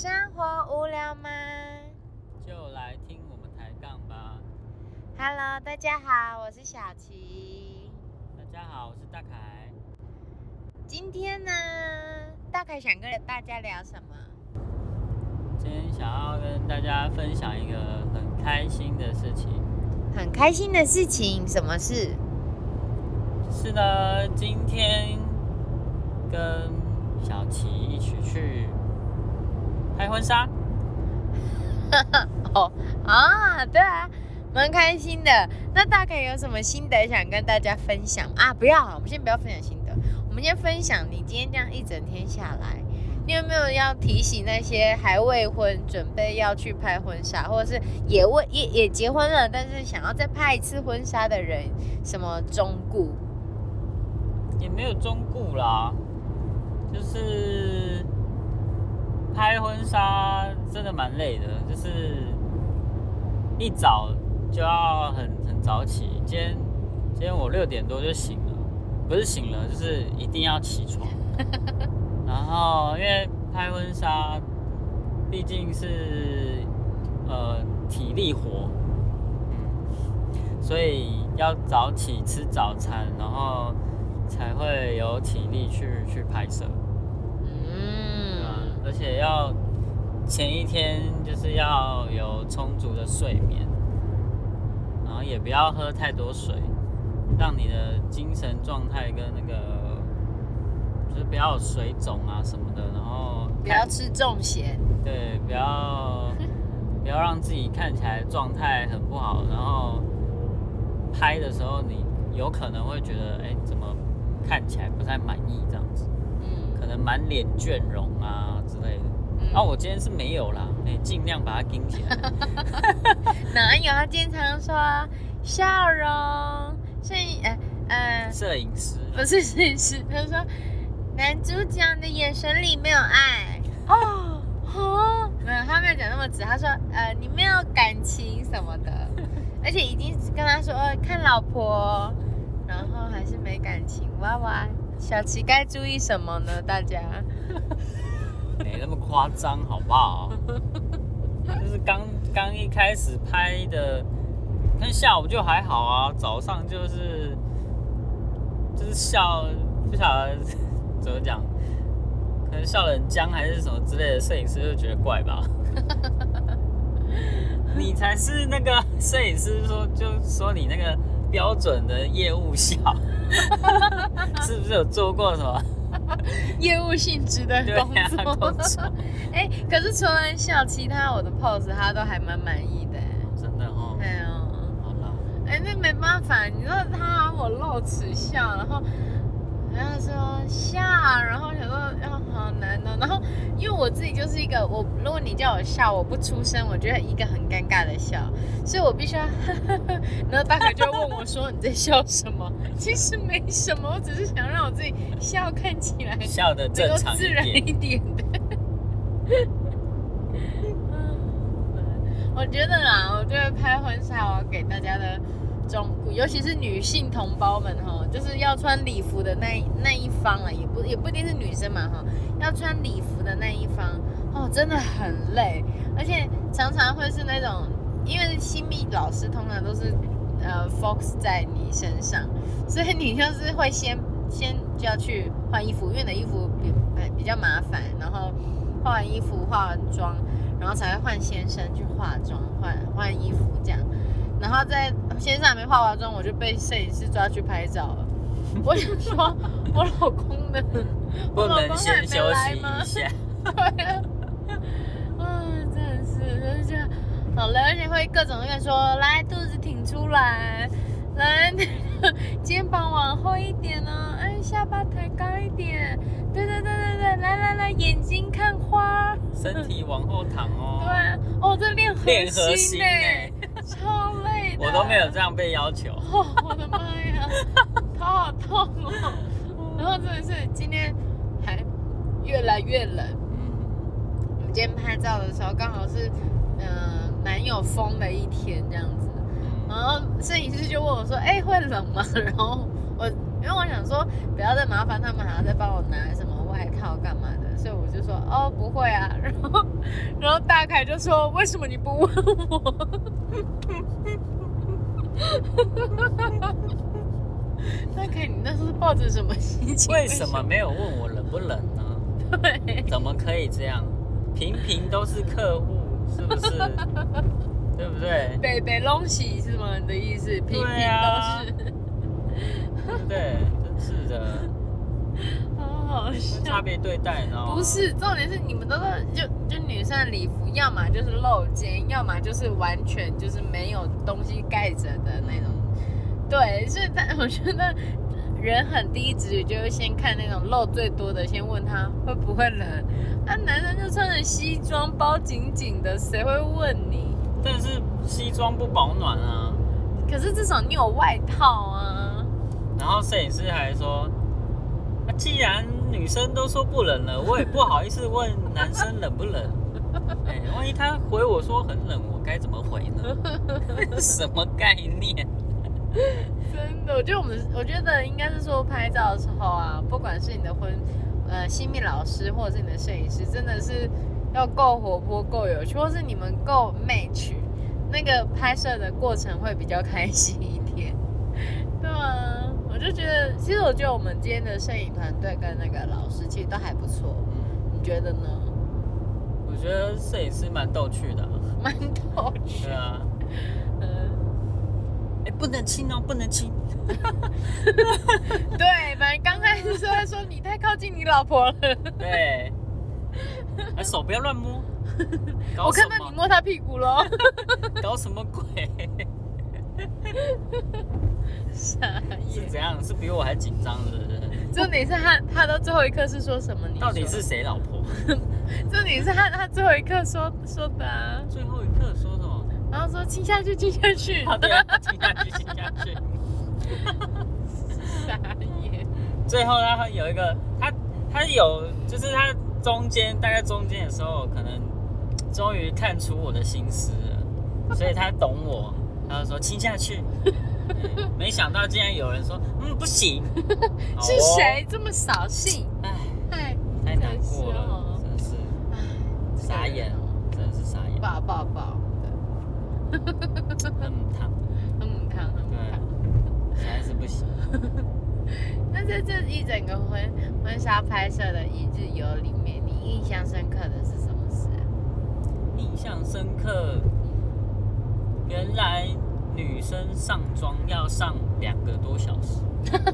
生活无聊吗？ 就来听我们抬杠吧。 Hello， 大家好，我是小琪。 大家好，我是大凯。 今天呢，大凯想跟大家聊什么？ 今天想要跟大家分享一个很开心的事情。 很开心的事情？什么事？ 是呢，今天跟小琪一起去拍婚纱。 对啊，蛮开心的。那大概有什么心得想跟大家分享啊？不要，我们先不要分享心得，我们先分享你今天这样一整天下来，你有没有要提醒那些还未婚、准备要去拍婚纱，或者是也结婚了，但是想要再拍一次婚纱的人，什么忠告？ 也没有忠告啦，就是拍婚纱真的蛮累的，就是一早就要很早起。今天我6点多就醒了，不是醒了，就是一定要起床。然后因为拍婚纱毕竟是体力活，所以要早起吃早餐，然后才会有体力去拍摄。而且要前一天就是要有充足的睡眠，然后也不要喝太多水，让你的精神状态跟那个就是不要有水肿啊什么的，然后不要吃重咸， 对，不要让自己看起来状态很不好，然后拍的时候你有可能会觉得怎么看起来不太满意这样子，可能满脸倦容啊之类的。我今天是没有啦，尽量把它盯起来。 哪有？他今天常常说笑容， 摄影师不是摄影师，他说男主角的眼神里没有爱没有，他没有讲那么直，他说你没有感情什么的，而且已经跟他说看老婆，然后还是没感情，哇哇，小琪该注意什么呢？大家没那么夸张好不好？就是刚一开始拍的，但下午就还好啊，早上就是笑，不晓得怎么讲，可能笑得很僵还是什么之类的，摄影师就觉得怪吧。你才是那个摄影师说你那个标准的业务笑，是不是有做过什么业务性质的工作？可是除了笑，其他我的 pose 他都还蛮满意的。 真的哦。 对哦。 好啦。 那没办法，你说他我露齿笑，然后说笑，然后想说好难哦。然后因为我自己就是一个如果你叫我笑，我不出声，我觉得一个很尴尬的笑，所以我必须要然后大概就会问我说你在笑什么？其实没什么，我只是想让我自己笑看起来笑得正常自然一点的。我觉得拍婚纱我要给大家的忠告，尤其是女性同胞们就是要穿礼服的那一方也不一定是女生嘛要穿礼服的那一方真的很累，而且常常会是那种，因为新秘老师通常都是focus 在你身上，所以你就是会先就要去换衣服，因为你的衣服比较麻烦，然后换完衣服化完妆，然后才会换先生去化妆换衣服这样，然后在先生还没化完妆，我就被摄影师抓去拍照了。我想说，我老公呢？ 不能先休息一下？ 对啊，真的是这样，好累，而且会各种跟说，来肚子挺出来，来肩膀往后一点哦，下巴抬高一点，对，来，眼睛看花， 身体往后躺哦。 对，这练核心欸，超累的。 我都没有这样被要求。 我的妈呀，头好痛哦。然后真的是今天还越来越冷。我们今天拍照的时候刚好是蛮有风的一天这样子。然后摄影师就问我说：“会冷吗？”然后因为我想说不要再麻烦他们，还要再帮我拿什么外套干嘛的，所以我就说不会啊。 然后大凯就说：“为什么你不问我？”大凯，你那时候是抱着什么心情？ 为什么没有问我冷不冷呢？ 对， 怎么可以这样？平平都是客户，是不是？对不对？ 北北隆喜是吗？你的意思？平平都是， 对不对？真是的， 好好笑。 差别对待，你知道吗？ 不是，重点是你们都是就女生的礼服，要么就是露肩，要么就是完全就是没有东西盖着的那种。对，所以我觉得人很第一直觉就会先看那种露最多的，先问他会不会冷。啊，男生就穿着西装包紧紧的，谁会问你？ 但是西装不保暖啊。 可是至少你有外套啊。 然后摄影师还说，既然女生都说不冷了，我也不好意思问男生冷不冷。万一他回我说很冷，我该怎么回呢？什么概念？ 真的，我觉得应该是说拍照的时候啊，不管是你的新秘老师或者是你的摄影师，真的是要够活泼、够有趣，或是你们够 match， 那个拍摄的过程会比较开心一点。对啊，我就觉得，其实我觉得我们今天的摄影团队跟那个老师其实都还不错。你觉得呢？ 我觉得摄影师蛮逗趣的， 蛮逗趣。 对啊。不能亲哦，不能亲。 对，反正刚开始说你太靠近你老婆了。 对。手不要乱摸。 我看到你摸她屁股咯。 搞什么鬼？ 傻眼。 是怎样？是比我还紧张的人？ 重点是他到最后一刻是说什么？你到底是谁老婆？ 重点是他最后一刻说的啊。 最后一刻说什么？ 然后说亲下去，亲下去。 对啊，亲下去，亲下去。 傻眼。 最后他有一个，他有，就是他大概中间的时候，可能终于看出我的心思了，所以他懂我，他就说亲下去。没想到竟然有人说，不行。 是谁这么扫兴？ 哎，太难过了，真是傻眼，真的是傻眼。 抱。 很母汤，实在是不行。 那在这一整个婚纱拍摄的一日游里面，你印象深刻的是什么事啊？ 印象深刻，原来女生上妆要上2个多小时。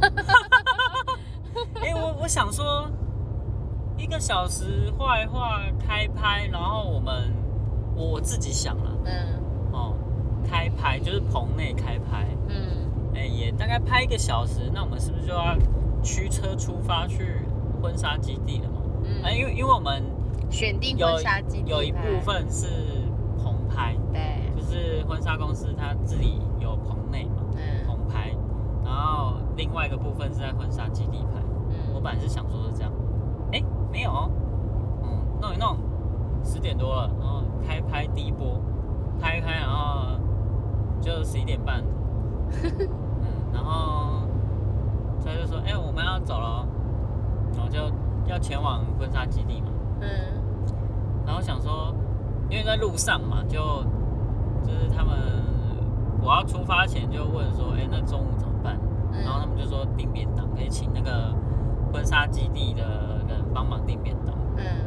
我想说，1个小时画一画开拍，然后我自己想了，开拍就是棚内开拍，也大概拍1个小时，那我们是不是就要驱车出发去婚纱基地了嘛？因为我们选定婚纱基地有一部分是棚拍， 对， 就是婚纱公司它自己有棚内嘛，棚拍，然后另外一个部分是在婚纱基地拍。我本来是想说是这样，没有哦，弄一弄，10点多了，然后开拍第一波，拍一拍，然后就11点半，然后他就说，我们要走了，然后就要前往婚纱基地嘛，然后想说，因为在路上嘛，就是他们，我要出发前就问说，那中午怎么办？然后他们就说订便当，可以请那个婚纱基地的人帮忙订便当。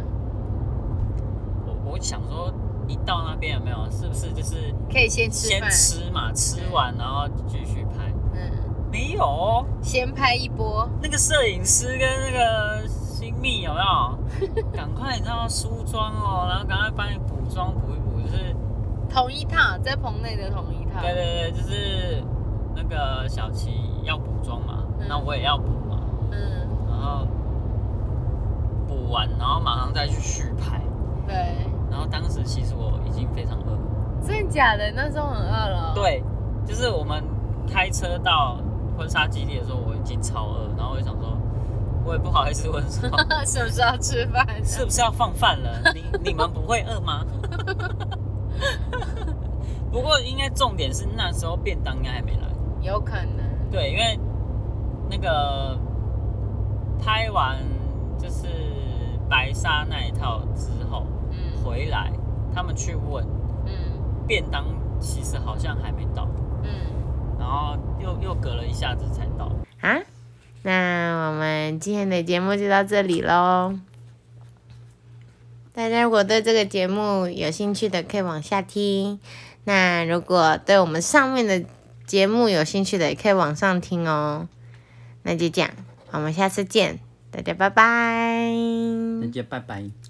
我想说，一到那边有没有，是不是就是可以先吃嘛，吃完然后继续拍？没有哦， 先拍一波。那个摄影师跟那个新秘有没有？赶快你知道梳妆哦，然后赶快帮你补妆补一补，就是同一套，在棚内的同一套。 对，就是那个小琪要补妆嘛，那我也要补嘛，然后补完，然后马上再去续拍。 对。 然后当时其实我已经非常饿。 真的假的？那时候很饿了。 对，就是我们开车到婚纱基地的时候，我已经超饿，然后我就想说，我也不好意思问说什么时候吃饭， 是不是要放饭了？你们不会饿吗？不过应该重点是那时候便当应该还没来， 有可能。 对，因为那个拍完就是白纱那一套之后，回来他们去问，便当其实好像还没到，然后又隔了一下子才到。 啊，那我们今天的节目就到这里咯。大家如果对这个节目有兴趣的，可以往下听。那如果对我们上面的节目有兴趣的，也可以往上听哦。那就这样，我们下次见，大家拜拜。 大家拜拜。